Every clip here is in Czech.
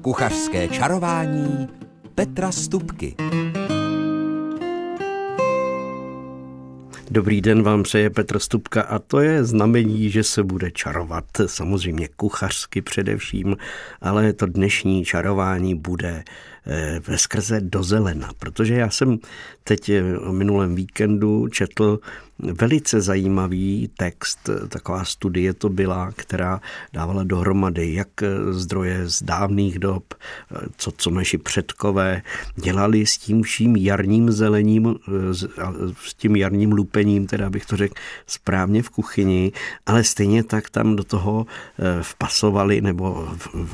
Kuchařské čarování Petra Stupky. Dobrý den vám přeje Petr Stupka a to je znamení, že se bude čarovat, samozřejmě kuchařsky především, ale to dnešní čarování bude veskrze do zelena, protože já jsem teď o minulém víkendu četl velice zajímavý text, taková studie to byla, která dávala dohromady jak zdroje z dávných dob, co naši předkové dělali s tím vším jarním zelením, s tím jarním lupením, teda bych to řekl správně v kuchyni, ale stejně tak tam do toho vpasovali nebo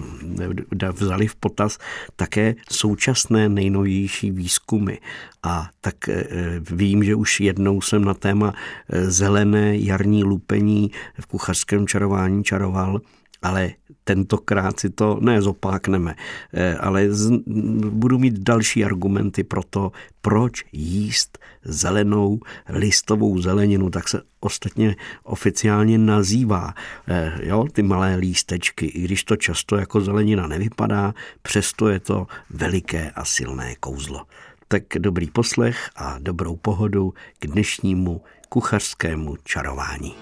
vzali v potaz také současné nejnovější výzkumy. A tak vím, že už jednou jsem na téma zelené jarní lupení v kuchařském čarování čaroval, ale tentokrát si to nezopákneme, ale budu mít další argumenty pro to, proč jíst zelenou listovou zeleninu, tak se ostatně oficiálně nazývá, ty malé lístečky, i když to často jako zelenina nevypadá, přesto je to veliké a silné kouzlo. Tak dobrý poslech a dobrou pohodu k dnešnímu kuchařskému čarování.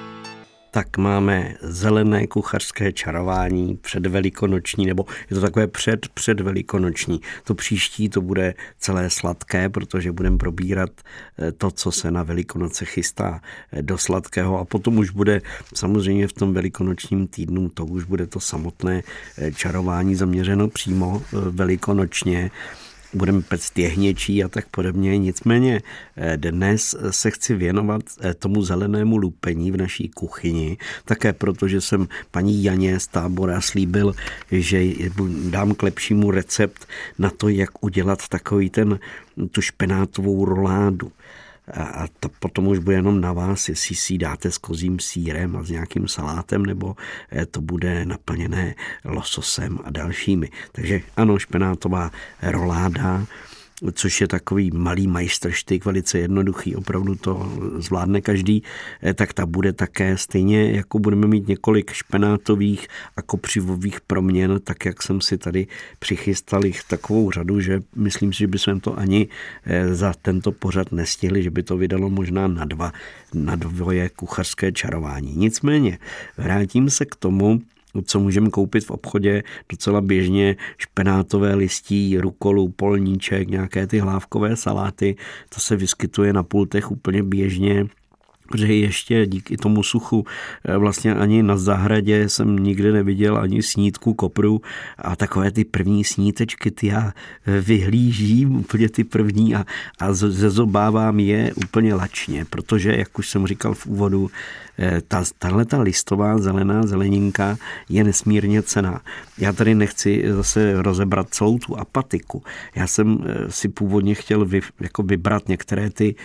Tak máme zelené kuchařské čarování předvelikonoční, nebo je to takové předvelikonoční. To příští to bude celé sladké, protože budeme probírat to, co se na Velikonoce chystá do sladkého a potom už bude samozřejmě v tom velikonočním týdnu, to už bude to samotné čarování zaměřeno přímo velikonočně. Budeme pect jehněčí a tak podobně. Nicméně dnes se chci věnovat tomu zelenému lupení v naší kuchyni, také protože jsem paní Janě z Tábora slíbil, že dám k lepšímu recept na to, jak udělat takový tu špenátovou roládu. A to potom už bude jenom na vás, jestli si dáte s kozím sýrem a s nějakým salátem, nebo to bude naplněné lososem a dalšími. Takže ano, špenátová roláda, což je takový malý majstrštyk, velice jednoduchý, opravdu to zvládne každý, tak ta bude také stejně, jako budeme mít několik špenátových a kopřivových proměn, tak jak jsem si tady přichystal jich takovou řadu, že myslím si, že bychom to ani za tento pořad nestihli, že by to vydalo možná na dvoje kuchařské čarování. Nicméně vrátím se k tomu, co můžeme koupit v obchodě docela běžně, špenátové listí, rukolu, polníček, nějaké ty hlávkové saláty, to se vyskytuje na pultech úplně běžně, protože ještě díky tomu suchu vlastně ani na zahradě jsem nikdy neviděl ani snídku kopru a takové ty první snídečky, ty já vyhlížím úplně ty první a zezobávám je úplně lačně, protože, jak už jsem říkal v úvodu, tahleta listová zelená zeleninka je nesmírně cenná. Já tady nechci zase rozebrat celou tu apatiku. Já jsem si původně chtěl vybrat některé ty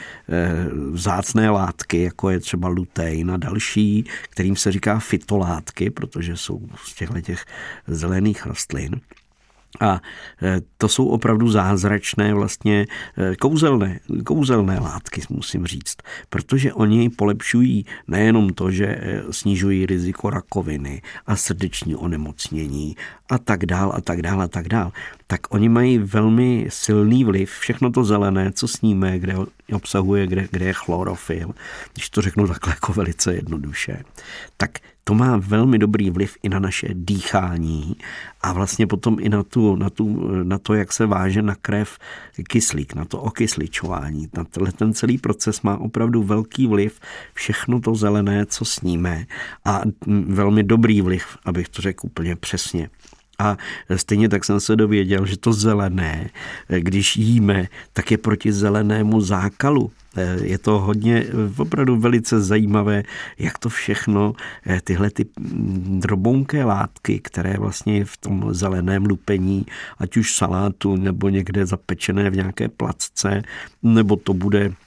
vzácné látky, jako je třeba lutein a další, kterým se říká fytolátky, protože jsou z těch zelených rostlin. A to jsou opravdu zázračné, vlastně kouzelné látky, musím říct, protože oni polepšují nejenom to, že snižují riziko rakoviny a srdeční onemocnění a tak dál, tak oni mají velmi silný vliv, všechno to zelené, co sníme, kde obsahuje, kde je chlorofyl, když to řeknu takhle jako velice jednoduše, tak to má velmi dobrý vliv i na naše dýchání a vlastně potom i na to, jak se váže na krev kyslík, na to okysličování. Ten celý proces má opravdu velký vliv, všechno to zelené, co sníme a velmi dobrý vliv, abych to řekl úplně přesně. A stejně tak jsem se dověděl, že to zelené, když jíme, tak je proti zelenému zákalu. Je to hodně, opravdu velice zajímavé, jak to všechno, tyhle ty drobounké látky, které vlastně v tom zeleném lupení, ať už salátu, nebo někde zapečené v nějaké placce, nebo to bude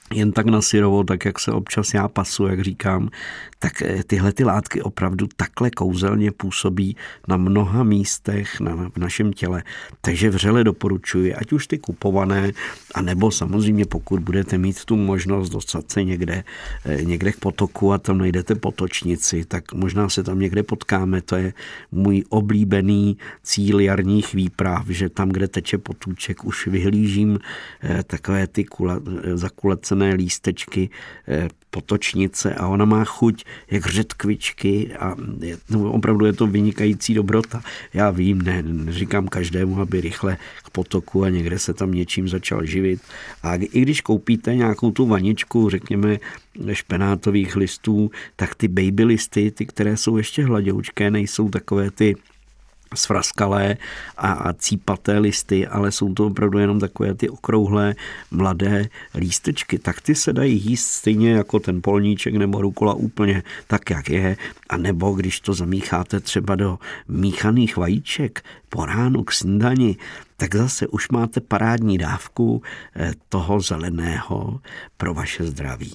jen tak na syrovo, tak jak se občas já pasu, jak říkám, tak tyhle ty látky opravdu takhle kouzelně působí na mnoha místech v našem těle. Takže vřele doporučuji, ať už ty kupované, anebo samozřejmě pokud budete mít tu možnost dostat se někde k potoku a tam najdete potočnici, tak možná se tam někde potkáme. To je můj oblíbený cíl jarních výprav, že tam, kde teče potůček, už vyhlížím takové ty zakulacené lístečky potočnice a ona má chuť jak řetkvičky a opravdu je to vynikající dobrota. Já vím, neříkám každému, aby rychle k potoku a někde se tam něčím začal živit. A i když koupíte nějakou tu vaničku, řekněme, špenátových listů, tak ty baby listy, ty, které jsou ještě hladoučké, nejsou takové ty svraskalé a cípaté listy, ale jsou to opravdu jenom takové ty okrouhlé mladé lístečky. Tak ty se dají jíst stejně jako ten polníček nebo rukola úplně tak, jak je. A nebo když to zamícháte třeba do míchaných vajíček po ránu k snídani, tak zase už máte parádní dávku toho zeleného pro vaše zdraví.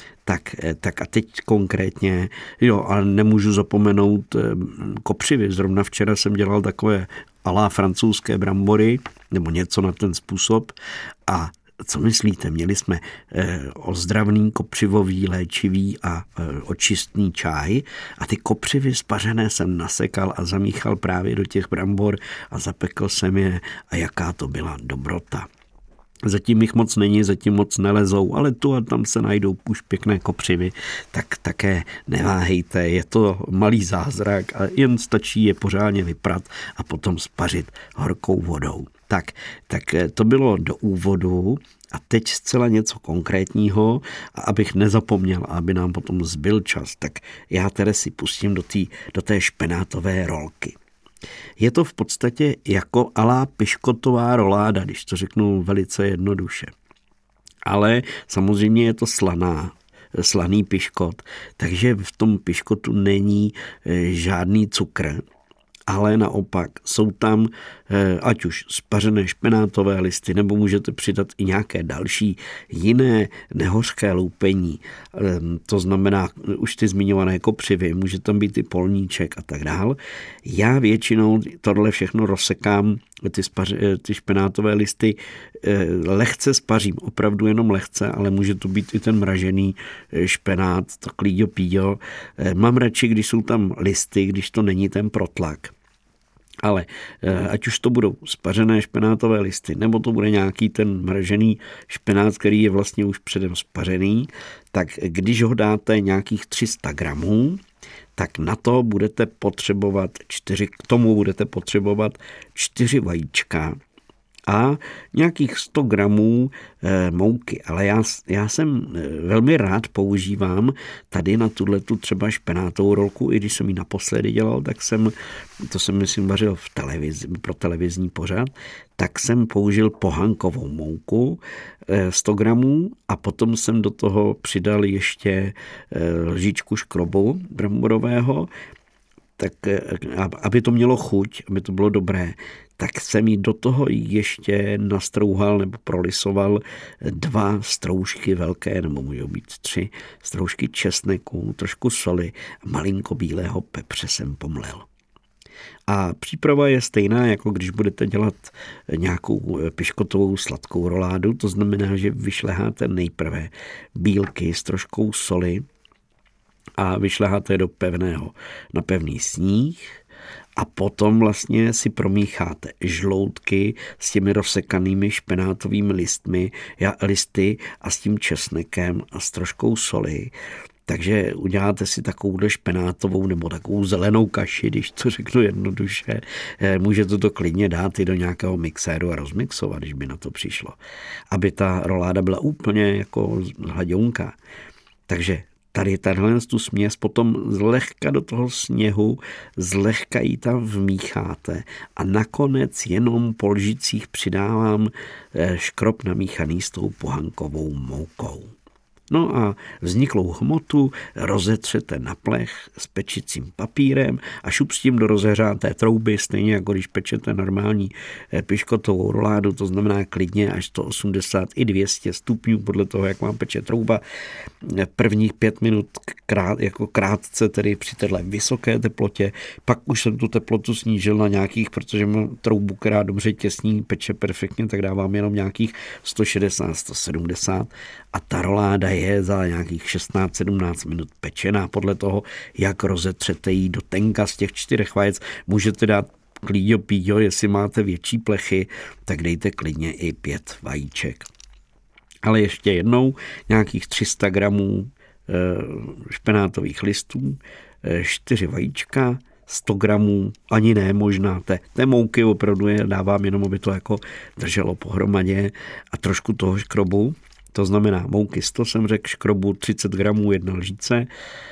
Tak a teď konkrétně, ale nemůžu zapomenout kopřivy. Zrovna včera jsem dělal takové alá francouzské brambory, nebo něco na ten způsob. A co myslíte, měli jsme ozdravný, kopřivový, léčivý a očistný čaj a ty kopřivy spařené jsem nasekal a zamíchal právě do těch brambor a zapekl jsem je a jaká to byla dobrota. Zatím jich moc není, zatím moc nelezou, ale tu a tam se najdou už pěkné kopřivy, tak také neváhejte, je to malý zázrak a jen stačí je pořádně vyprat a potom spařit horkou vodou. Tak to bylo do úvodu a teď zcela něco konkrétního a abych nezapomněl, aby nám potom zbyl čas, tak já tedy si pustím do té špenátové rolky. Je to v podstatě jako alá piškotová roláda, když to řeknu velice jednoduše. Ale samozřejmě je to slaný piškot, takže v tom piškotu není žádný cukr, ale naopak jsou tam ať už spařené špenátové listy, nebo můžete přidat i nějaké další jiné nehořké loupení. To znamená už ty zmiňované kopřivy, může tam být i polníček a tak dál. Já většinou tohle všechno rozsekám, ty špenátové listy lehce spařím, opravdu jenom lehce, ale může to být i ten mražený špenát, to klíďo píďo. Mám radši, když jsou tam listy, když to není ten protlak. Ale ať už to budou spařené špenátové listy, nebo to bude nějaký ten mražený špenát, který je vlastně už předem spařený, tak když ho dáte nějakých 300 gramů, tak na to budete potřebovat 4 vajíčka a nějakých 100 gramů mouky. Ale já jsem velmi rád používám tady na tuhletu třeba špenátovou rolku, i když jsem ji naposledy dělal, to jsem myslím vařil v televizi, pro televizní pořad, tak jsem použil pohankovou mouku 100 gramů a potom jsem do toho přidal ještě lžičku škrobu bramborového, tak aby to mělo chuť, aby to bylo dobré, tak jsem jí do toho ještě nastrouhal nebo prolisoval 2 stroužky velké, nebo můžou být 3 stroužky česneku, trošku soli a malinko bílého pepře jsem pomlel. A příprava je stejná, jako když budete dělat nějakou piškotovou sladkou roládu, to znamená, že vyšleháte nejprve bílky s troškou soli a vyšleháte na pevný sníh a potom vlastně si promícháte žloutky s těmi rozsekanými špenátovými listy a s tím česnekem a s troškou soli. Takže uděláte si takovou špenátovou nebo takovou zelenou kaši, když to řeknu jednoduše. Můžete to klidně dát i do nějakého mixéru a rozmixovat, když by na to přišlo. Aby ta roláda byla úplně jako hladěunka. Takže tady tahle tu směs potom zlehka do toho sněhu, zlehka ji tam vmícháte a nakonec jenom po lžicích přidávám škrob namíchaný s tou pohankovou moukou. No a vzniklou hmotu rozetřete na plech s pečicím papírem a šup s tím do rozehřáté trouby, stejně jako když pečete normální piškotovou roládu, to znamená klidně až 180 i 200 stupňů, podle toho, jak vám peče trouba. Prvních 5 minut krátce, tedy při téhle vysoké teplotě, pak už jsem tu teplotu snížil na nějakých, protože mám troubu, která dobře těsní, peče perfektně, tak dávám jenom nějakých 160, 170 a ta roláda je za nějakých 16-17 minut pečená. Podle toho, jak rozetřete jí do tenka z těch 4 vajec, můžete dát klíďo píďo, jestli máte větší plechy, tak dejte klidně i 5 vajíček. Ale ještě jednou nějakých 300 gramů špenátových listů, 4 vajíčka, 100 gramů, ani ne možná, té mouky opravdu dávám jenom, aby to jako drželo pohromadě a trošku toho škrobu. To znamená mouky 100, jsem řekl, škrobu 30 gramů, 1 lžíce,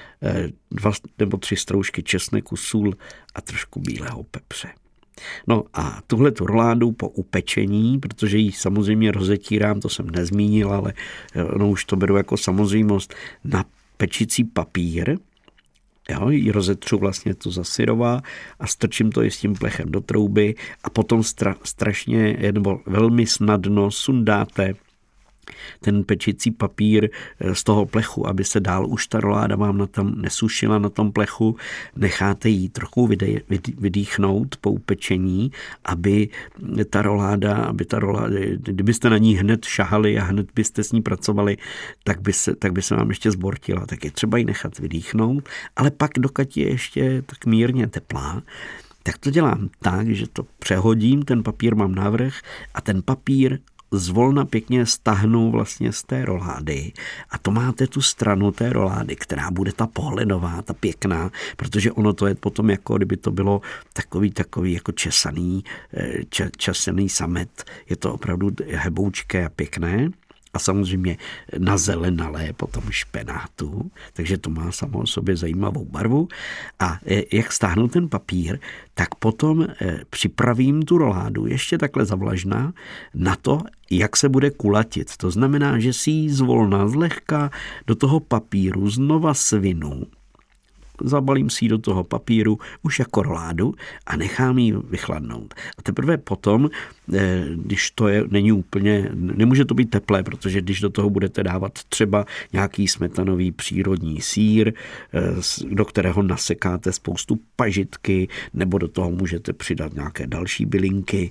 2 nebo 3 stroužky česneku, sůl a trošku bílého pepře. No a tuhletu roládu po upečení, protože ji samozřejmě rozetírám, to jsem nezmínil, ale no už to beru jako samozřejmost, na pečicí papír, jo, ji rozetřu vlastně to zasyrová a strčím to i s tím plechem do trouby a potom strašně nebo velmi snadno sundáte ten pečící papír z toho plechu, aby se dál už ta roláda vám nesušila na tom plechu. Necháte ji trochu vydýchnout po upečení, aby ta roláda, kdybyste na ní hned šahali a hned byste s ní pracovali, tak by se vám ještě zbortila. Tak je třeba ji nechat vydýchnout, ale pak dokud je ještě tak mírně teplá, tak to dělám tak, že to přehodím, ten papír mám navrch a ten papír zvolna pěkně stáhnu vlastně z té rolády a to máte tu stranu té rolády, která bude ta pohledová, ta pěkná, protože ono to je potom jako kdyby to bylo takový jako česaný samet. Je to opravdu heboučké a pěkné. A samozřejmě nazelenalé potom špenátu, takže to má samo o sobě zajímavou barvu. A jak stáhnu ten papír, tak potom připravím tu roládu ještě takhle zavlažná na to, jak se bude kulatit. To znamená, že si ji zvolna zlehka do toho papíru znova svinu, zabalím si ji do toho papíru už jako roládu a nechám ji vychladnout. A teprve potom, když to není úplně, nemůže to být teplé, protože když do toho budete dávat třeba nějaký smetanový přírodní sýr, do kterého nasekáte spoustu pažitky, nebo do toho můžete přidat nějaké další bylinky.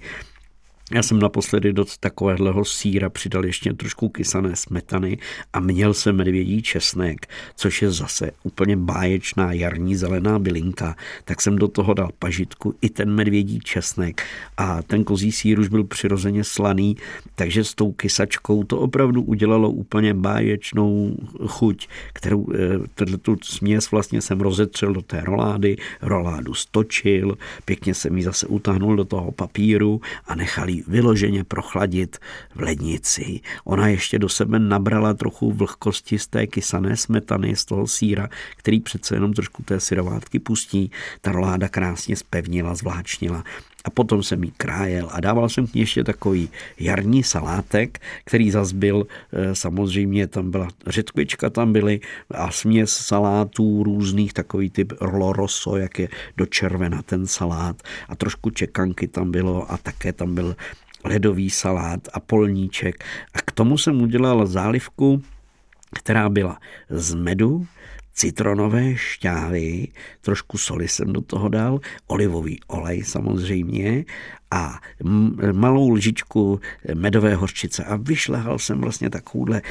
Já jsem naposledy do takového sýra přidal ještě trošku kysané smetany a měl jsem medvědí česnek, což je zase úplně báječná jarní zelená bylinka. Tak jsem do toho dal pažitku i ten medvědí česnek a ten kozí sýr už byl přirozeně slaný, takže s tou kysačkou to opravdu udělalo úplně báječnou chuť, kterou tu směs vlastně jsem rozetřel do té rolády, roládu stočil, pěkně jsem ji zase utáhnul do toho papíru a nechal ji vyloženě prochladit v lednici. Ona ještě do sebe nabrala trochu vlhkosti z té kysané smetany, z toho sýra, který přece jenom trošku té syrovátky pustí. Ta roláda krásně zpevnila, zvláčnila. A potom jsem jí krájel a dával jsem k ní ještě takový jarní salátek, který zas byl, samozřejmě tam byla řetkvička, tam byly a směs salátů různých, takový typ loroso, jak je do červena ten salát a trošku čekanky tam bylo a také tam byl ledový salát a polníček. A k tomu jsem udělal zálivku, která byla z medu, citronové šťávy, trošku soli jsem do toho dal, olivový olej samozřejmě a malou lžičku medové hořčice a vyšlehal jsem vlastně takovouhle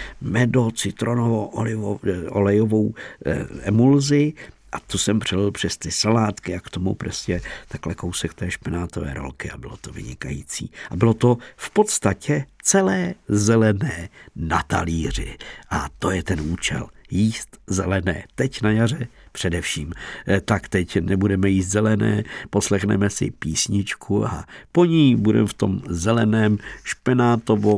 medo-citronovo-olejovou emulzi a tu jsem přelil přes ty salátky a k tomu prostě takhle kousek té špenátové rolky a bylo to vynikající. A bylo to v podstatě celé zelené na talíři a to je ten účel. Jíst zelené. Teď na jaře především. Tak teď nebudeme jíst zelené, poslechneme si písničku a po ní budeme v tom zeleném špenátovo,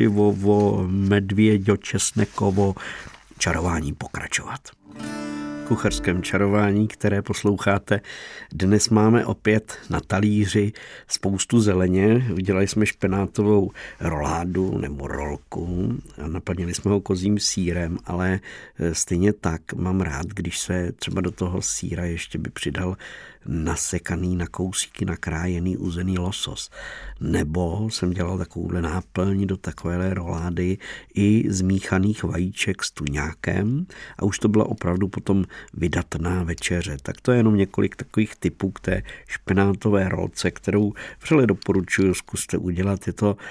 kopřivovo, medvěďo, česnekovo čarování pokračovat. kuchařském čarování, které posloucháte. Dnes máme opět na talíři spoustu zeleně. Udělali jsme špenátovou roládu nebo rolku a naplnili jsme ho kozím sýrem, ale stejně tak mám rád, když se třeba do toho sýra ještě by přidal nasekaný na kousíky nakrájený uzený losos. Nebo jsem dělal takovouhle náplň do takovéhle rolády i zmíchaných vajíček s tuňákem a už to byla opravdu potom vydatná večeře. Tak to je jenom několik takových typů k té špenátové rolce, kterou vřele doporučuji, zkuste udělat. Je to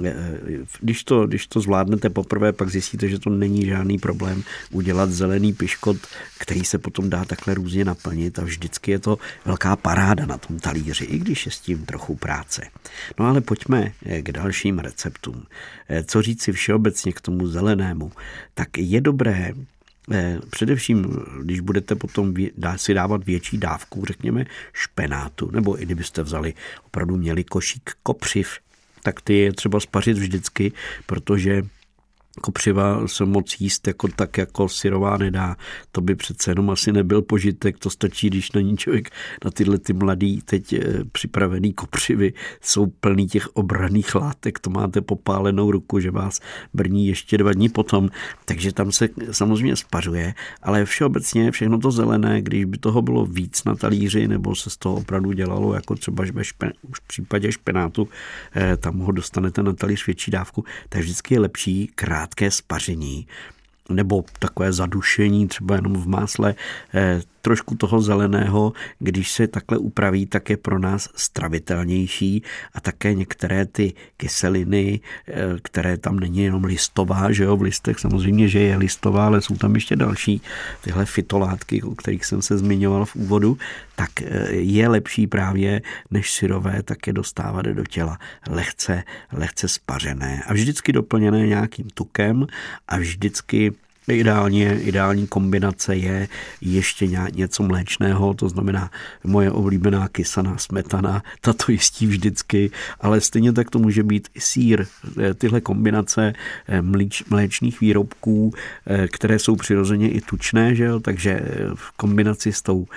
když to zvládnete poprvé, pak zjistíte, že to není žádný problém udělat zelený piškot, který se potom dá takhle různě naplnit a vždycky je to velká paráda na tom talíři, i když je s tím trochu práce. No ale pojďme k dalším receptům. Co říci všeobecně k tomu zelenému, tak je dobré především, když budete potom si dávat větší dávku, řekněme špenátu, nebo i kdybyste měli košík kopřiv, tak ty je třeba spařit vždycky, protože kopřiva se moc jíst jako syrová nedá. To by přece jenom asi nebyl požitek, to stačí, když na ní člověk na tyhle ty mladý teď připravený kopřivy jsou plný těch obranných látek, to máte popálenou ruku, že vás brní ještě 2 dny potom, takže tam se samozřejmě spařuje, ale všeobecně všechno to zelené, když by toho bylo víc na talíři, nebo se z toho opravdu dělalo, jako třeba v případě špenátu, tam ho dostanete na talíř větší dávku, tak vždycky je lepší krátké spaření nebo takové zadušení třeba jenom v másle trošku toho zeleného, když se takhle upraví, tak je pro nás stravitelnější a také některé ty kyseliny, které tam není jenom listová, že jo, v listech samozřejmě, že je listová, ale jsou tam ještě další tyhle fytolátky, o kterých jsem se zmiňoval v úvodu, tak je lepší právě než syrové, tak je dostávat do těla lehce spařené a vždycky doplněné nějakým tukem a vždycky ideální kombinace je ještě něco mléčného, to znamená moje oblíbená kysaná smetana, ta to jistí vždycky, ale stejně tak to může být i sýr. Tyhle kombinace mléčných výrobků, které jsou přirozeně i tučné, že jo? Takže v kombinaci s tou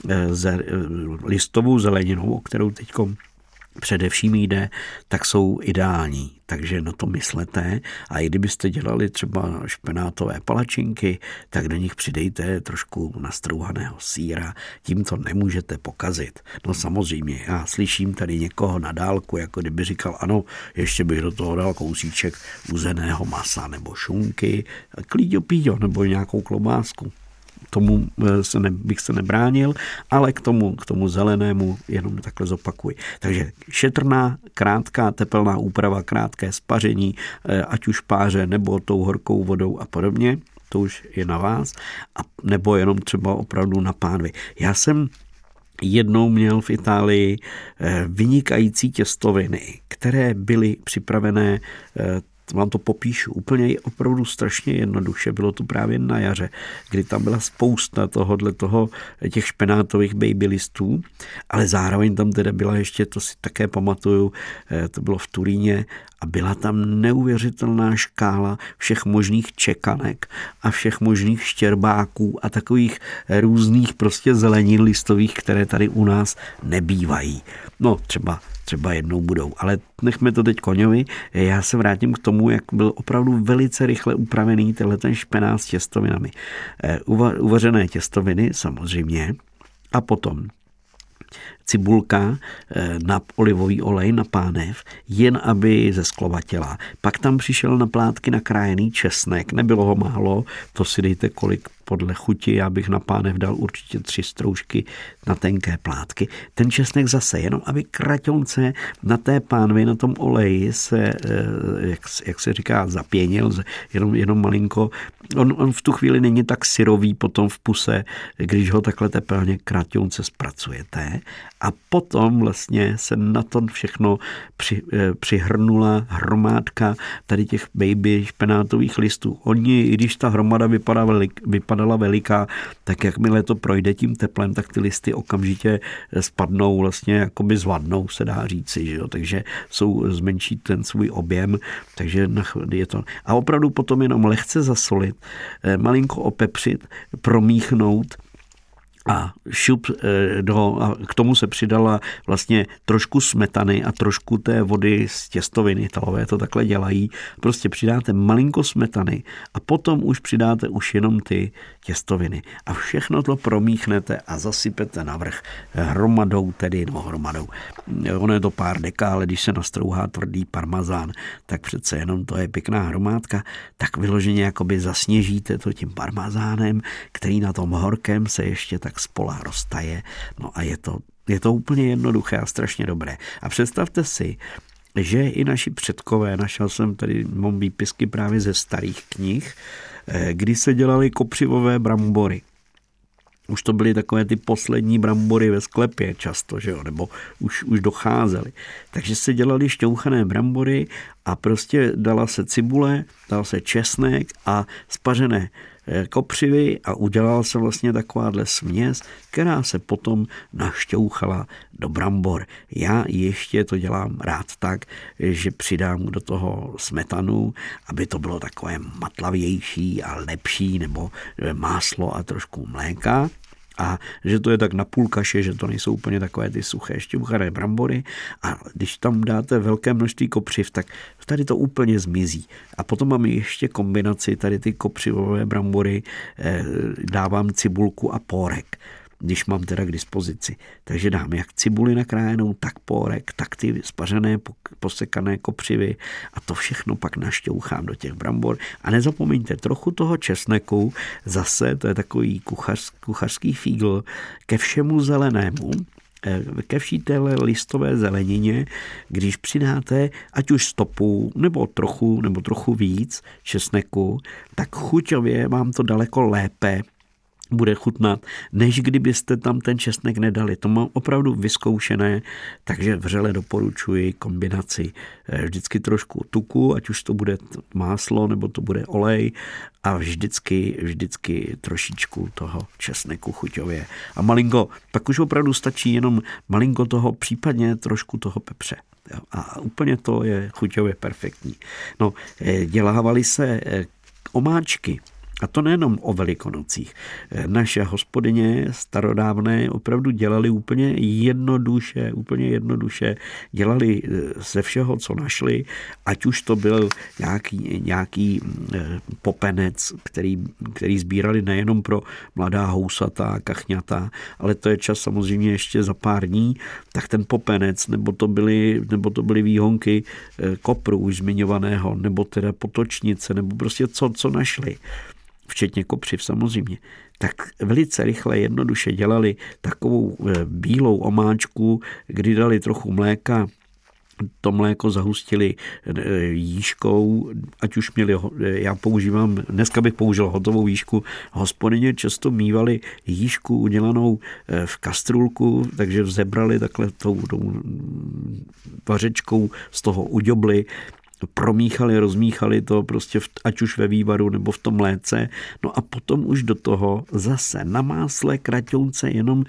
listovou zeleninou, o kterou teďko především jde, tak jsou ideální. Takže na to myslete a i kdybyste dělali třeba špenátové palačinky, tak do nich přidejte trošku nastrouhaného sýra, tím to nemůžete pokazit. No samozřejmě, já slyším tady někoho na dálku, jako kdyby říkal, ano, ještě bych do toho dal kousíček uzeného masa nebo šunky, klíďo píďo nebo nějakou klobásku. Tomu bych se nebránil, ale k tomu zelenému jenom takhle zopakuji. Takže šetrná, krátká tepelná úprava, krátké spaření, ať už páře nebo tou horkou vodou a podobně, to už je na vás, a nebo jenom třeba opravdu na pánvi. Já jsem jednou měl v Itálii vynikající těstoviny, které byly připravené, vám to popíšu, úplně opravdu strašně jednoduše, bylo to právě na jaře, kdy tam byla spousta těch špenátových babylistů, ale zároveň tam teda byla ještě, to si také pamatuju, to bylo v Turíně a byla tam neuvěřitelná škála všech možných čekanek a všech možných štěrbáků a takových různých prostě zelenin listových, které tady u nás nebývají. No třeba jednou budou, ale nechme to teď koňovi. Já se vrátím k tomu, jak byl opravdu velice rychle upravený ten špenát s těstovinami. Uvařené těstoviny samozřejmě a potom cibulka na olivový olej na pánev, jen aby zesklovatěla. Pak tam přišel na plátky nakrájený česnek, nebylo ho málo, to si dejte kolik podle chuti, já bych na pánev dal určitě 3 stroužky na tenké plátky. Ten česnek zase, jenom aby kraťonce na té pánvi, na tom oleji se, jak se říká, zapěnil, jenom malinko. On v tu chvíli není tak syrový potom v puse, když ho takhle tepelně kraťonce zpracujete. A potom vlastně se na to všechno přihrnula hromádka tady těch baby špenátových listů. Oni, i když ta hromada vypadala veliká, tak jakmile to projde tím teplem, tak ty listy okamžitě spadnou, vlastně jakoby zvadnou, se dá říci, že jo? Takže zmenší ten svůj objem, takže je to. A opravdu potom jenom lehce zasolit, malinko opepřit, promíchnout a k tomu se přidala vlastně trošku smetany a trošku té vody z těstoviny. Italové to takhle dělají. Prostě přidáte malinko smetany a potom už přidáte už jenom ty těstoviny. A všechno to promíchnete a zasypete navrch hromadou. Ono je to pár deka, ale když se nastrouhá tvrdý parmazán, tak přece jenom to je pěkná hromádka. Tak vyloženě jakoby zasněžíte to tím parmazánem, který na tom horkém se ještě tak spola roztaje. No a je to úplně jednoduché a strašně dobré. A představte si, že i naši předkové, našel jsem tady, mám výpisky právě ze starých knih, kdy se dělaly kopřivové brambory. Už to byly takové ty poslední brambory ve sklepě často, že jo, nebo už docházely. Takže se dělaly šťouchané brambory a prostě dala se cibule, dal se česnek a spařené kopřivy a udělala se vlastně takováhle směs, která se potom našťouchala do brambor. Já ještě to dělám rád tak, že přidám do toho smetanu, aby to bylo takové matlavější a lepší, nebo máslo a trošku mléka. A že to je tak na půl kaše, že to nejsou úplně takové ty suché šťouchané brambory. A když tam dáte velké množství kopřiv, tak tady to úplně zmizí. A potom mám ještě kombinaci, tady ty kopřivové brambory, dávám cibulku a pórek, když mám teda k dispozici. Takže dám jak cibuli nakrájenou, tak pórek, tak ty spařené, posekané kopřivy a to všechno pak našťouchám do těch brambor. A nezapomeňte trochu toho česneku, zase to je takový kuchařský fígl ke všemu zelenému, ke vší téhle listové zelenině, když přidáte ať už stopu, nebo trochu víc česneku, tak chuťově vám to daleko lépe bude chutnat, než kdybyste tam ten česnek nedali. To mám opravdu vyzkoušené, takže vřele doporučuji kombinaci vždycky trošku tuku, ať už to bude máslo, nebo to bude olej a vždycky trošičku toho česneku chuťově. A malinko, pak už opravdu stačí jenom malinko toho, případně trošku toho pepře. A úplně to je chuťově perfektní. No, dělávaly se omáčky. A to nejenom o Velikonocích. Naše hospodyně starodávné opravdu dělali úplně jednoduše. Dělali ze všeho, co našli, ať už to byl nějaký popenec, který sbírali nejenom pro mladá housata a kachňata, ale to je čas samozřejmě ještě za pár dní, tak ten popenec, nebo to byly výhonky kopru už zmiňovaného, nebo teda potočnice, nebo prostě co našli. Včetně kopřiv samozřejmě, tak velice rychle, jednoduše dělali takovou bílou omáčku, kdy dali trochu mléka, to mléko zahustili jížkou, ať už měli, dneska bych použil hotovou jížku, hospodyně často mívali jížku udělanou v kastrůlku, takže vzebrali takhle tou vařečkou z toho uďobli, rozmíchali to prostě ať už ve vývaru nebo v tom mléce. No a potom už do toho zase na másle kraťounce jenom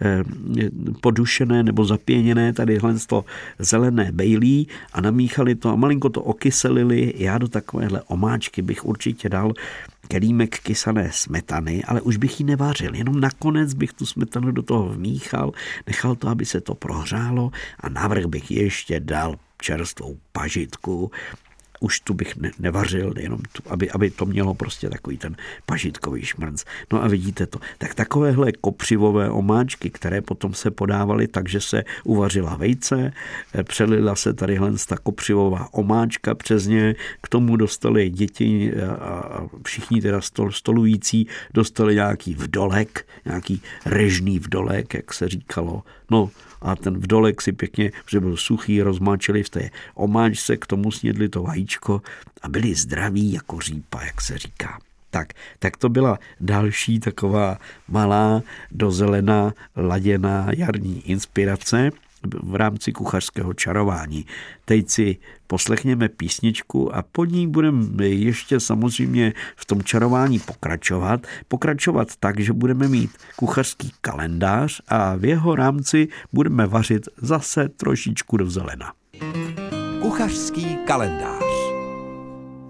podušené nebo zapěněné tadyhle to zelené bejlí a namíchali to a malinko to okyselili. Já do takovéhle omáčky bych určitě dal kelímek kysané smetany, ale už bych ji nevařil. Jenom nakonec bych tu smetanu do toho vmíchal, nechal to, aby se to prohřálo a navrch bych ještě dal čerstvou pažitku. Už tu bych nevařil, jenom tu, aby to mělo prostě takový ten pažitkový šmrnc. No a vidíte to. Tak takovéhle kopřivové omáčky, které potom se podávaly, takže se uvařila vejce, přelila se tadyhle ta kopřivová omáčka přes ně, k tomu dostali děti a všichni teda stolující dostali nějaký vdolek, nějaký režný vdolek, jak se říkalo. No a ten vdolek si pěkně, protože byl suchý, rozmáčeli v té omáčce, k tomu snědli to vajíčko a byli zdraví jako řípa, jak se říká. Tak to byla další taková malá, dozelená, laděná jarní inspirace v rámci kuchařského čarování. Teď si poslechněme písničku a po ní budeme ještě samozřejmě v tom čarování pokračovat tak, že budeme mít kuchařský kalendář a v jeho rámci budeme vařit zase trošičku do zelena. Kuchařský kalendář.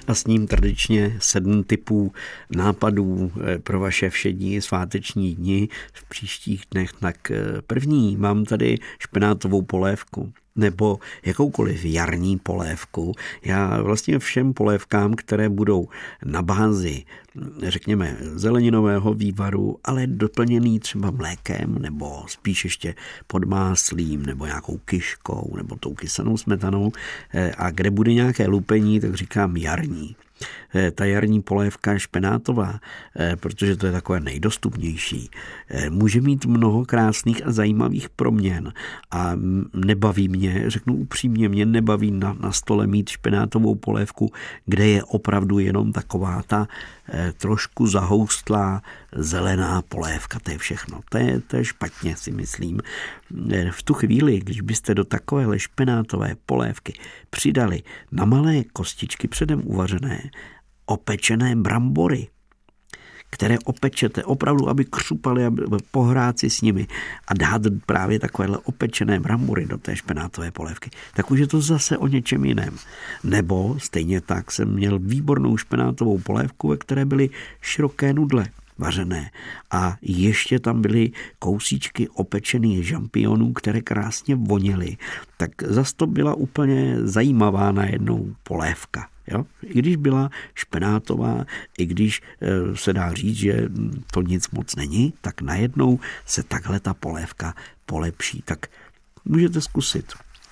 a s ním tradičně 7 typů nápadů pro vaše všední sváteční dni v příštích dnech. Tak první mám tady špenátovou polévku nebo jakoukoliv jarní polévku. Já vlastně všem polévkám, které budou na bázi, řekněme, zeleninového vývaru, ale doplněný třeba mlékem nebo spíš ještě podmáslím nebo nějakou kyškou nebo tou kysanou smetanou a kde bude nějaké lupení, tak říkám jarní. Ta jarní polévka špenátová, protože to je takové nejdostupnější, může mít mnoho krásných a zajímavých proměn a nebaví mě, řeknu upřímně, mě nebaví na stole mít špenátovou polévku, kde je opravdu jenom taková ta trošku zahoustlá zelená polévka, to je všechno. To je špatně, si myslím. V tu chvíli, když byste do takovéhle špenátové polévky přidali na malé kostičky předem uvařené opečené brambory, které opečete opravdu, aby křupaly, aby pohrát si s nimi a dát právě takovéhle opečené brambory do té špenátové polévky, tak už je to zase o něčem jiném. Nebo stejně tak jsem měl výbornou špenátovou polévku, ve které byly široké nudle vařené a ještě tam byly kousíčky opečených žampionů, které krásně voněly. Tak zas to byla úplně zajímavá najednou polévka. Jo? I když byla špenátová, i když se dá říct, že to nic moc není, tak najednou se takhle ta polévka polepší. Tak můžete zkusit.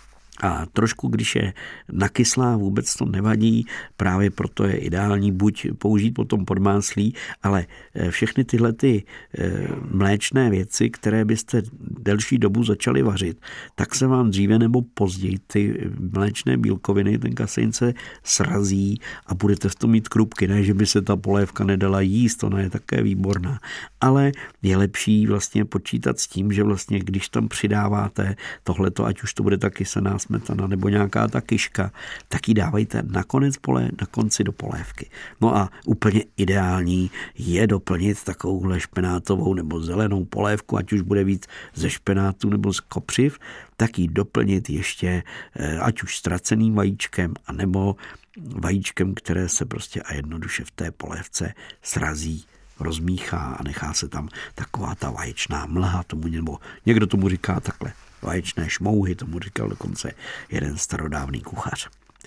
A trošku, když je nakyslá, vůbec to nevadí, právě proto je ideální buď použít potom podmáslí, ale všechny tyhle ty mléčné věci, které byste delší dobu začali vařit, tak se vám dříve nebo později ty mléčné bílkoviny, ten kasein se srazí a budete v tom mít krupky. Ne, že by se ta polévka nedala jíst, ona je také výborná, ale je lepší vlastně počítat s tím, že vlastně když tam přidáváte tohleto, ať už to bude ta kysaná smetana nebo nějaká ta kyška, tak ji dávejte na konci do polévky. No a úplně ideální je doplnit takovouhle špenátovou nebo zelenou polévku, ať už bude víc ze špenátu nebo z kopřiv, tak ji doplnit ještě ať už ztraceným vajíčkem, anebo vajíčkem, které se prostě a jednoduše v té polévce srazí, rozmíchá a nechá se tam taková ta vaječná mlha, nebo někdo tomu říká takhle vaječné šmouhy, tomu říkal dokonce jeden starodávný kuchař.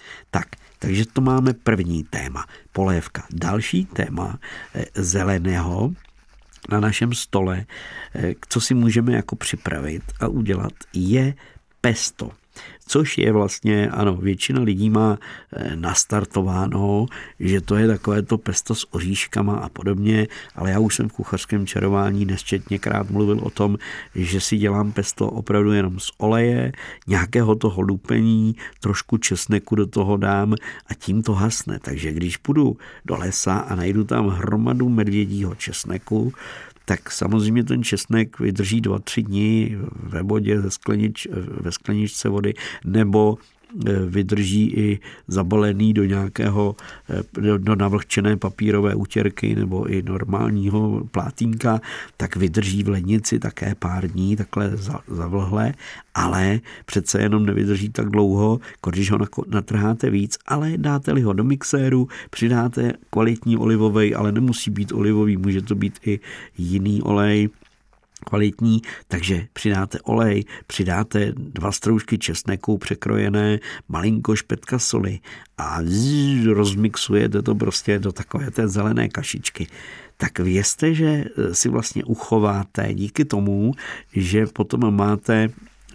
Takže to máme první téma, polévka. Další téma zeleného na našem stole, co si můžeme jako připravit a udělat, je pesto. Což je vlastně, ano, většina lidí má nastartováno, že to je takové to pesto s oříškama a podobně, ale já už jsem v kuchařském čarování nesčetněkrát mluvil o tom, že si dělám pesto opravdu jenom z oleje, nějakého toho lupení, trošku česneku do toho dám a tím to hasne. Takže když půjdu do lesa a najdu tam hromadu medvědího česneku, tak samozřejmě ten česnek vydrží 2-3 dny ve vodě ve skleničce vody, nebo vydrží i zabalený do nějakého do navlhčené papírové utěrky nebo i normálního plátínka, tak vydrží v lednici také pár dní takhle zavlhlé, ale přece jenom nevydrží tak dlouho, když ho natrháte víc, ale dáte-li ho do mixéru, přidáte kvalitní olivový, ale nemusí být olivový, může to být i jiný olej, kvalitní, takže přidáte olej, přidáte 2 stroužky česneku překrojené, malinko špetka soli a rozmixujete to prostě do takové té zelené kašičky. Tak vězte, že si vlastně uchováte díky tomu, že potom máte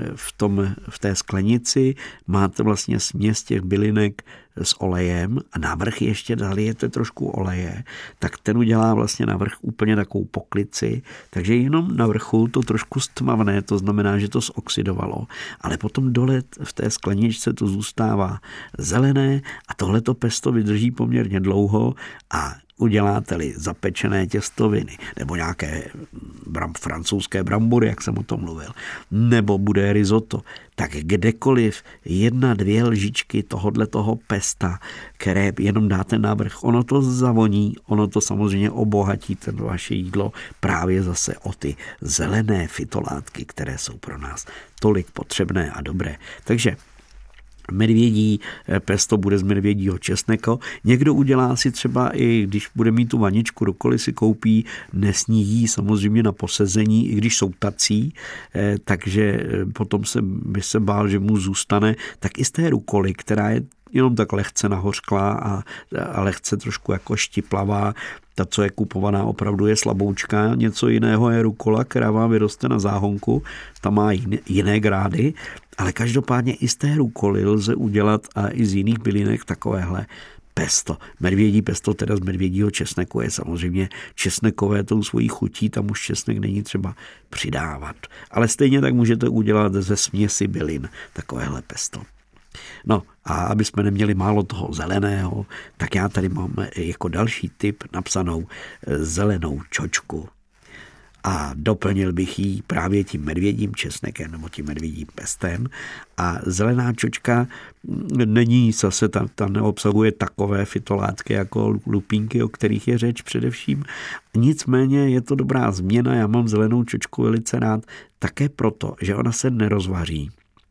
v té sklenici máte vlastně směs těch bylinek s olejem a navrch ještě zalijete trošku oleje, tak ten udělá vlastně navrch úplně takovou poklici, takže jenom na vrchu to trošku stmavné, to znamená, že to zoxidovalo, ale potom dole v té skleničce to zůstává zelené a tohleto pesto vydrží poměrně dlouho a uděláte-li zapečené těstoviny nebo nějaké francouzské brambory, jak jsem o tom mluvil, nebo bude risotto, tak kdekoliv 1-2 lžičky tohoto pesta, které jenom dáte navrch, ono to zavoní, ono to samozřejmě obohatí ten vaše jídlo právě zase o ty zelené fytolátky, které jsou pro nás tolik potřebné a dobré. Takže medvědí pesto bude z medvědího česneka. Někdo udělá si třeba i, když bude mít tu vaničku, rukoli si koupí, nesní jí samozřejmě na posezení, i když jsou tací, takže potom by se bál, že mu zůstane, tak i z té rukoli, která je jenom tak lehce nahořklá a lehce trošku jako štiplavá. Ta, co je kupovaná, opravdu je slaboučka. Něco jiného je rukola, která vám vyroste na záhonku. Ta má jiné grády, ale každopádně i z té rukoly lze udělat a i z jiných bylinek takovéhle pesto. Medvědí pesto, teda z medvědího česneku, je samozřejmě česnekové tou svojí chutí, tam už česnek není třeba přidávat. Ale stejně tak můžete udělat ze směsi bylin takovéhle pesto. No a aby jsme neměli málo toho zeleného, tak já tady mám jako další tip napsanou zelenou čočku. A doplnil bych ji právě tím medvědím česnekem nebo tím medvědím pestem. A zelená čočka není zase, ta neobsahuje takové fytolátky jako lupínky, o kterých je řeč především. Nicméně je to dobrá změna, já mám zelenou čočku velice rád, také proto, že ona se nerozvaří.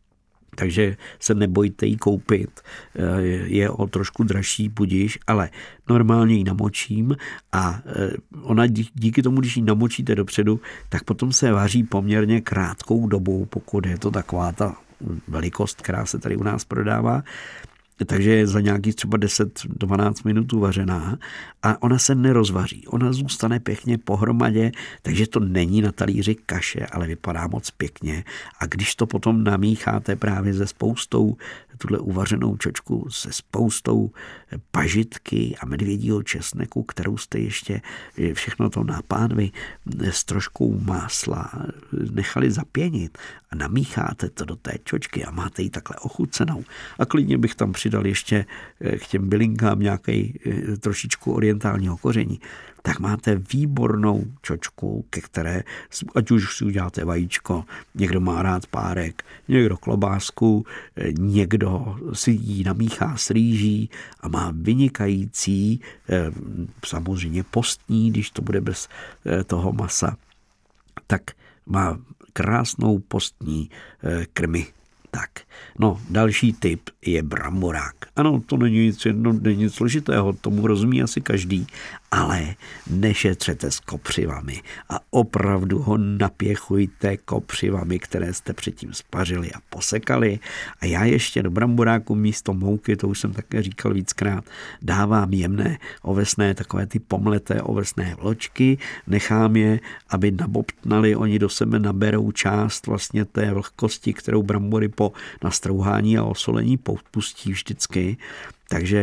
Takže se nebojte jí koupit, je o trošku dražší budiš, ale normálně ji namočím a ona díky tomu, když ji namočíte dopředu, tak potom se vaří poměrně krátkou dobu, pokud je to taková ta velikost, která se tady u nás prodává. Takže je za nějakých třeba 10-12 minut uvařená a ona se nerozvaří. Ona zůstane pěkně pohromadě, takže to není na talíři kaše, ale vypadá moc pěkně. A když to potom namícháte právě se spoustou, tuhle uvařenou čočku se spoustou pažitky a medvědího česneku, kterou jste ještě všechno to na pánvi s troškou másla nechali zapěnit a namícháte to do té čočky a máte ji takhle ochucenou. A klidně bych tam přidal ještě k těm bylinkám nějaký trošičku orientálního koření, tak máte výbornou čočku, ke které, ať už si uděláte vajíčko, někdo má rád párek, někdo klobásku, někdo si ji namíchá s rýží a má vynikající, samozřejmě postní, když to bude bez toho masa, tak má krásnou postní krmi. Tak, no, další tip je bramborák. Ano, to není nic složitého, tomu rozumí asi každý, ale nešetřete s kopřivami a opravdu ho napěchujte kopřivami, které jste předtím spařili a posekali. A já ještě do bramboráku místo mouky, to už jsem také říkal víckrát, dávám jemné ovesné, takové ty pomleté ovesné vločky, nechám je, aby nabobtnali, oni do sebe naberou část vlastně té vlhkosti, kterou brambory po nastrouhání a osolení pustí vždycky. Takže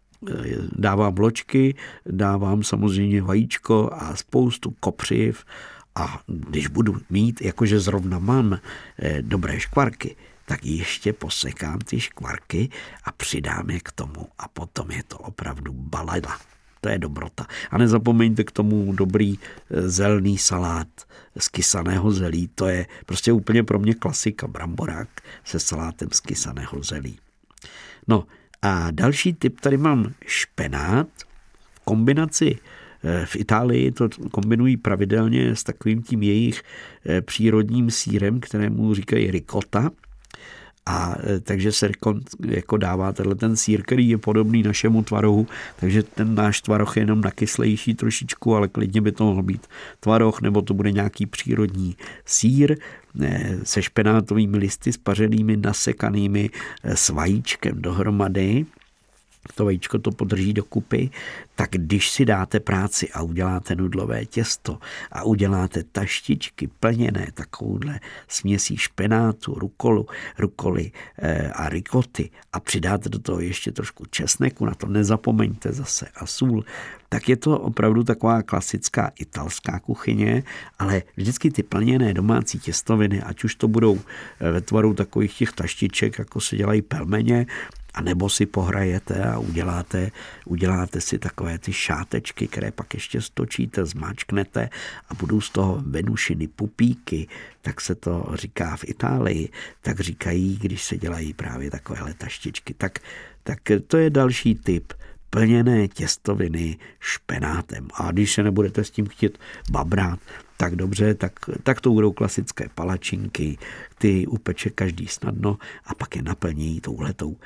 dávám vločky, dávám samozřejmě vajíčko a spoustu kopřiv a když budu mít, jakože zrovna mám dobré škvarky, tak ještě posekám ty škvarky a přidám je k tomu a potom je to opravdu balada. To je dobrota. A nezapomeňte k tomu dobrý zelený salát z kysaného zelí. To je prostě úplně pro mě klasika, bramborák se salátem z kysaného zelí. No a další tip, tady mám špenát v kombinaci. V Itálii to kombinují pravidelně s takovým tím jejich přírodním sýrem, kterému říkají ricotta. A takže se jako dává ten sýr, který je podobný našemu tvarohu, takže ten náš tvaroh je jenom nakyslejší trošičku, ale klidně by to mohl být tvaroh, nebo to bude nějaký přírodní sýr se špenátovými listy spařenými, nasekanými s vajíčkem dohromady. To vajíčko to podrží dokupy, tak když si dáte práci a uděláte nudlové těsto a uděláte taštičky plněné takovouhle směsí špenátu, rukoly a rikoty a přidáte do toho ještě trošku česneku, na to nezapomeňte zase a sůl, tak je to opravdu taková klasická italská kuchyně, ale vždycky ty plněné domácí těstoviny, ať už to budou ve tvaru takových těch taštiček, jako se dělají pelmeně, a nebo si pohrajete a uděláte si takové ty šátečky, které pak ještě stočíte, zmáčknete a budou z toho venušiny pupíky, tak se to říká v Itálii, tak říkají, když se dělají právě takovéhle taštičky. Tak to je další tip. Plněné těstoviny špenátem. A když se nebudete s tím chtít babrat, Tak dobře, tak to budou klasické palačinky, ty upeče každý snadno a pak je naplní touhletou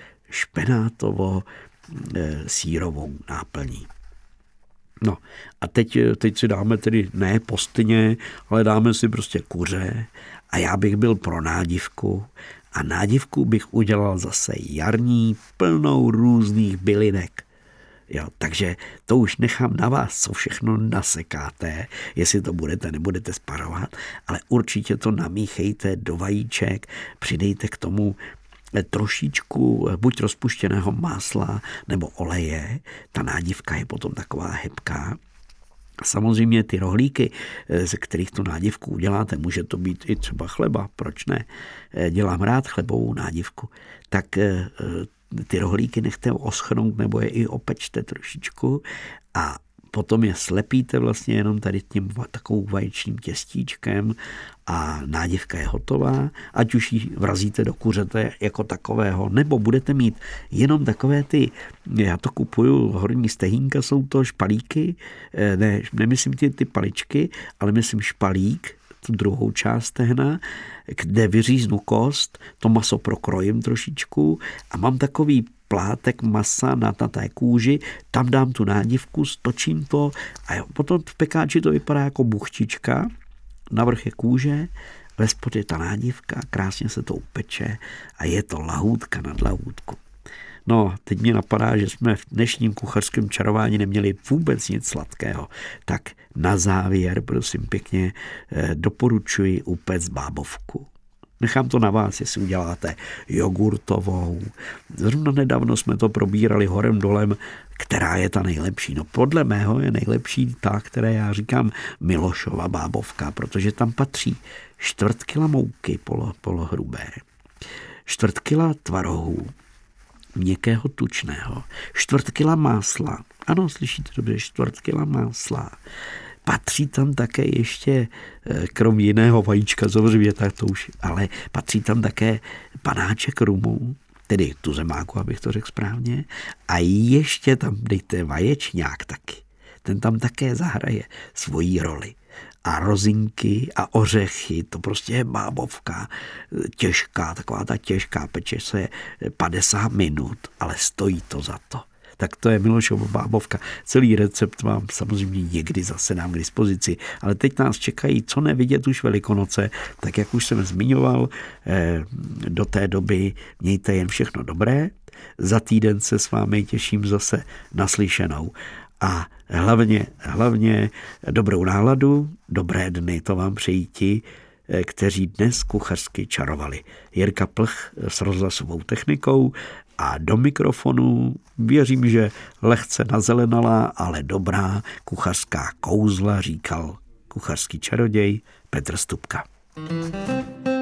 špenátovo-sýrovou náplní. No a teď si dáme tedy ne postně, ale dáme si prostě kuře a já bych byl pro nádivku a nádivku bych udělal zase jarní, plnou různých bylinek. Jo, takže to už nechám na vás, co všechno nasekáte, jestli to budete, nebudete sparovat, ale určitě to namíchejte do vajíček, přidejte k tomu trošičku buď rozpuštěného másla nebo oleje. Ta nádivka je potom taková hebká. Samozřejmě ty rohlíky, ze kterých tu nádivku uděláte, může to být i třeba chleba, proč ne? Dělám rád chlebovou nádivku. Tak ty rohlíky nechte oschnout nebo je i opečte trošičku a potom je slepíte vlastně jenom tady tím takovou vaječným těstíčkem a nádivka je hotová, ať už ji vrazíte do kuřete jako takového, nebo budete mít jenom takové ty, já to kupuju, horní stehínka, jsou to špalíky, nemyslím ty paličky, ale myslím špalík, tu druhou část stehna, kde vyříznu kost, to maso prokrojím trošičku a mám takový plátek masa na té kůži, tam dám tu nádivku, stočím to a potom v pekáči to vypadá jako buchtička, navrch je kůže, ve spod je ta nádivka, krásně se to upeče a je to lahůdka nad lahůdku. No, teď mě napadá, že jsme v dnešním kuchařském čarování neměli vůbec nic sladkého. Tak na závěr, prosím pěkně, doporučuji upéct bábovku. Nechám to na vás, jestli uděláte jogurtovou. Zrovna nedávno jsme to probírali horem dolem, která je ta nejlepší. No podle mého je nejlepší ta, které já říkám Milošova bábovka, protože tam patří 1/4 kila mouky polohrubé, 1/4 kila tvarohů, měkkého tučného, 1/4 kila másla. Ano, slyšíte dobře, 1/4 kila másla. Patří tam také ještě, krom jiného vajíčka, samozřejmě tak to už, ale patří tam také panáček rumu, tedy tuzemáku, abych to řekl správně, a ještě tam dejte vaječňák taky. Ten tam také zahraje svoji roli. A rozinky a ořechy, to prostě je bábovka těžká, taková ta těžká, peče se 50 minut, ale stojí to za to. Tak to je Milošova bábovka. Celý recept vám samozřejmě někdy zase dám k dispozici, ale teď nás čekají, co nevidět už Velikonoce, tak jak už jsem zmiňoval, do té doby mějte jen všechno dobré, za týden se s vámi těším zase naslyšenou a hlavně dobrou náladu, dobré dny, to vám přejí ti, kteří dnes kuchařsky čarovali. Jirka Plch s rozhlasovou technikou a do mikrofonu věřím, že lehce nazelenalá, ale dobrá kuchařská kouzla, říkal kuchařský čaroděj Petr Stupka.